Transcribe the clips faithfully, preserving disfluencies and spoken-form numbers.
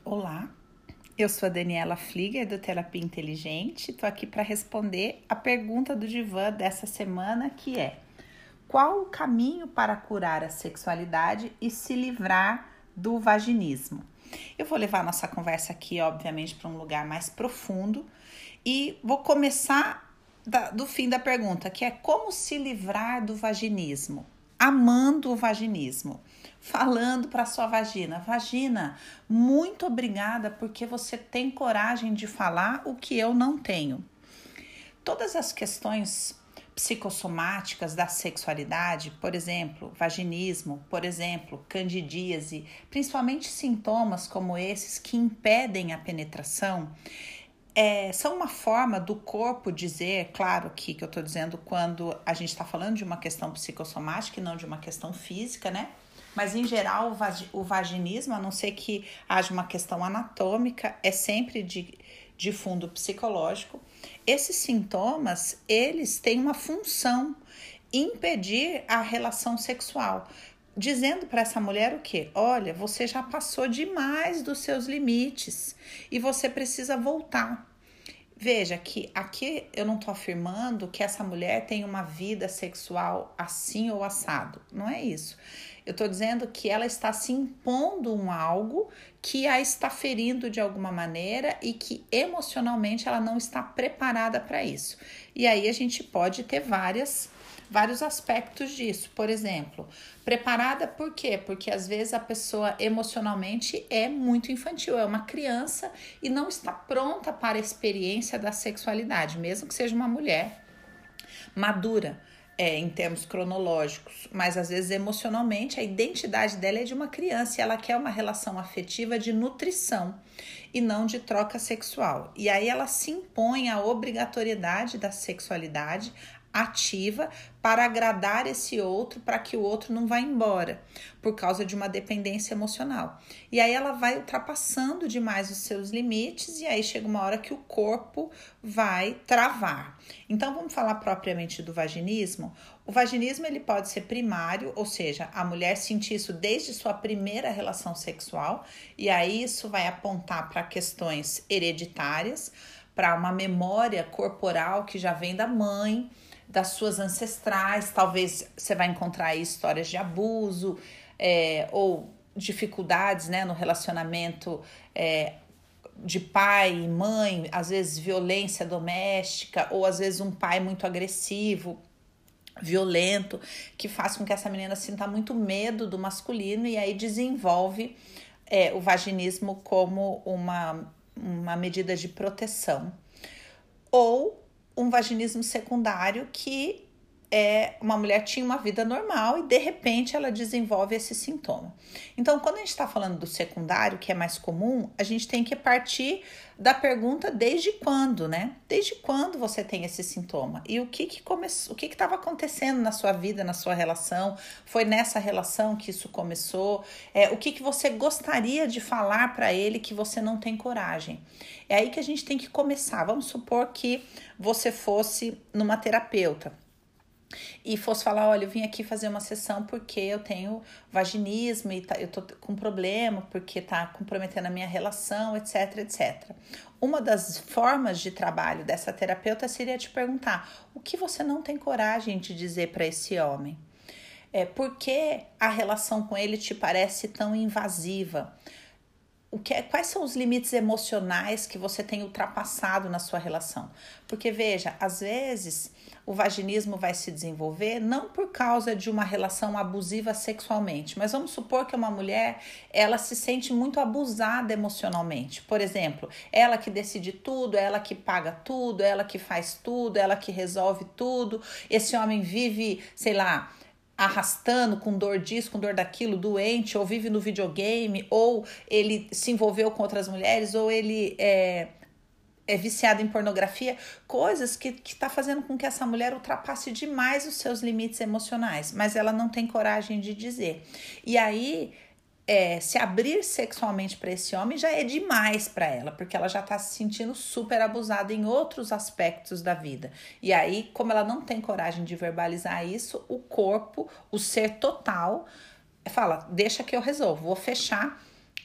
Olá, eu sou a Daniela Flieger do Terapia Inteligente. Estou aqui para responder a pergunta do divã dessa semana, que é: qual o caminho para curar a sexualidade e se livrar do vaginismo? Eu vou levar a nossa conversa aqui, obviamente, para um lugar mais profundo e vou começar da, do fim da pergunta, que é como se livrar do vaginismo, amando o vaginismo, falando para sua vagina: vagina, muito obrigada porque você tem coragem de falar o que eu não tenho. Todas as questões psicossomáticas da sexualidade, por exemplo, vaginismo, por exemplo, candidíase, principalmente sintomas como esses que impedem a penetração, é, são uma forma do corpo dizer, claro que, que eu estou dizendo quando a gente está falando de uma questão psicossomática e não de uma questão física, né? Mas, em geral, o, vag, o vaginismo, a não ser que haja uma questão anatômica, é sempre de, de fundo psicológico. Esses sintomas, eles têm uma função: impedir a relação sexual, dizendo para essa mulher o quê? Olha, você já passou demais dos seus limites e você precisa voltar. Veja que aqui eu não estou afirmando que essa mulher tem uma vida sexual assim ou assado. Não é isso. Eu estou dizendo que ela está se impondo um algo que a está ferindo de alguma maneira e que emocionalmente ela não está preparada para isso. E aí a gente pode ter várias vários aspectos disso. Por exemplo, preparada por quê? Porque às vezes a pessoa emocionalmente é muito infantil, é uma criança e não está pronta para a experiência da sexualidade, mesmo que seja uma mulher madura, é, em termos cronológicos, mas às vezes emocionalmente a identidade dela é de uma criança e ela quer uma relação afetiva de nutrição e não de troca sexual. E aí ela se impõe a obrigatoriedade da sexualidade ativa para agradar esse outro, para que o outro não vá embora, por causa de uma dependência emocional. E aí ela vai ultrapassando demais os seus limites e aí chega uma hora que o corpo vai travar. Então vamos falar propriamente do vaginismo. O vaginismo ele pode ser primário, ou seja, a mulher sentir isso desde sua primeira relação sexual, e aí isso vai apontar para questões hereditárias, para uma memória corporal que já vem da mãe, das suas ancestrais. Talvez você vai encontrar aí histórias de abuso é, ou dificuldades, né, no relacionamento é, de pai e mãe, às vezes violência doméstica, ou às vezes um pai muito agressivo, violento, que faz com que essa menina sinta muito medo do masculino e aí desenvolve é, o vaginismo como uma, uma medida de proteção. Ou um vaginismo secundário, que é uma mulher tinha uma vida normal e de repente ela desenvolve esse sintoma. Então, quando a gente está falando do secundário, que é mais comum, a gente tem que partir da pergunta: desde quando, né? Desde quando você tem esse sintoma? E o que que começou, o que que estava acontecendo na sua vida, na sua relação? Foi nessa relação que isso começou? É, o que que você gostaria de falar para ele que você não tem coragem? É aí que a gente tem que começar. Vamos supor que você fosse numa terapeuta e fosse falar: olha, eu vim aqui fazer uma sessão porque eu tenho vaginismo e tá, eu tô com problema porque tá comprometendo a minha relação, etc, etcétera. Uma das formas de trabalho dessa terapeuta seria te perguntar: o que você não tem coragem de dizer para esse homem? É, por que a relação com ele te parece tão invasiva? O que é, quais são os limites emocionais que você tem ultrapassado na sua relação? Porque, veja, às vezes o vaginismo vai se desenvolver não por causa de uma relação abusiva sexualmente, mas vamos supor que uma mulher, ela se sente muito abusada emocionalmente. Por exemplo, ela que decide tudo, ela que paga tudo, ela que faz tudo, ela que resolve tudo. Esse homem vive, sei lá, arrastando, com dor disso, com dor daquilo, doente, ou vive no videogame, ou ele se envolveu com outras mulheres, ou ele é, é viciado em pornografia, coisas que que tá fazendo com que essa mulher ultrapasse demais os seus limites emocionais, mas ela não tem coragem de dizer. E aí, é, se abrir sexualmente para esse homem já é demais para ela, porque ela já está se sentindo super abusada em outros aspectos da vida. E aí, como ela não tem coragem de verbalizar isso, o corpo, o ser total, fala: deixa que eu resolvo, vou fechar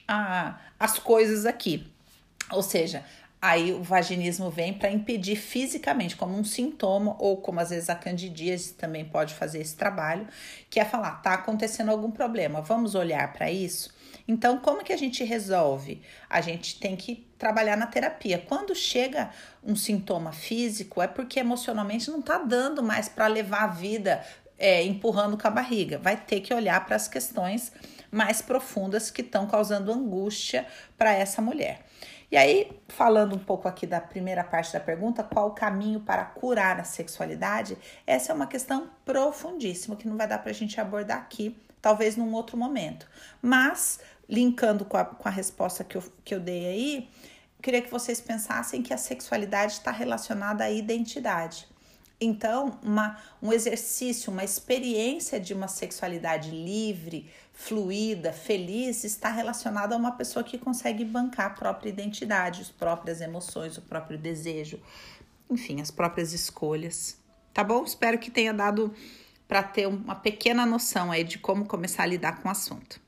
a, as coisas aqui. Ou seja, aí o vaginismo vem para impedir fisicamente, como um sintoma, ou como às vezes a candidíase também pode fazer esse trabalho, que é falar, tá acontecendo algum problema, vamos olhar para isso? Então, como que a gente resolve? A gente tem que trabalhar na terapia. Quando chega um sintoma físico, é porque emocionalmente não tá dando mais para levar a vida é, empurrando com a barriga. Vai ter que olhar para as questões mais profundas que estão causando angústia para essa mulher. E aí, falando um pouco aqui da primeira parte da pergunta, qual o caminho para curar a sexualidade? Essa é uma questão profundíssima que não vai dar para a gente abordar aqui, talvez num outro momento. Mas, linkando com a, com a resposta que eu, que eu dei aí, queria que vocês pensassem que a sexualidade está relacionada à identidade. Então, uma, um exercício, uma experiência de uma sexualidade livre, fluida, feliz, está relacionada a uma pessoa que consegue bancar a própria identidade, as próprias emoções, o próprio desejo, enfim, as próprias escolhas. Tá bom? Espero que tenha dado para ter uma pequena noção aí de como começar a lidar com o assunto.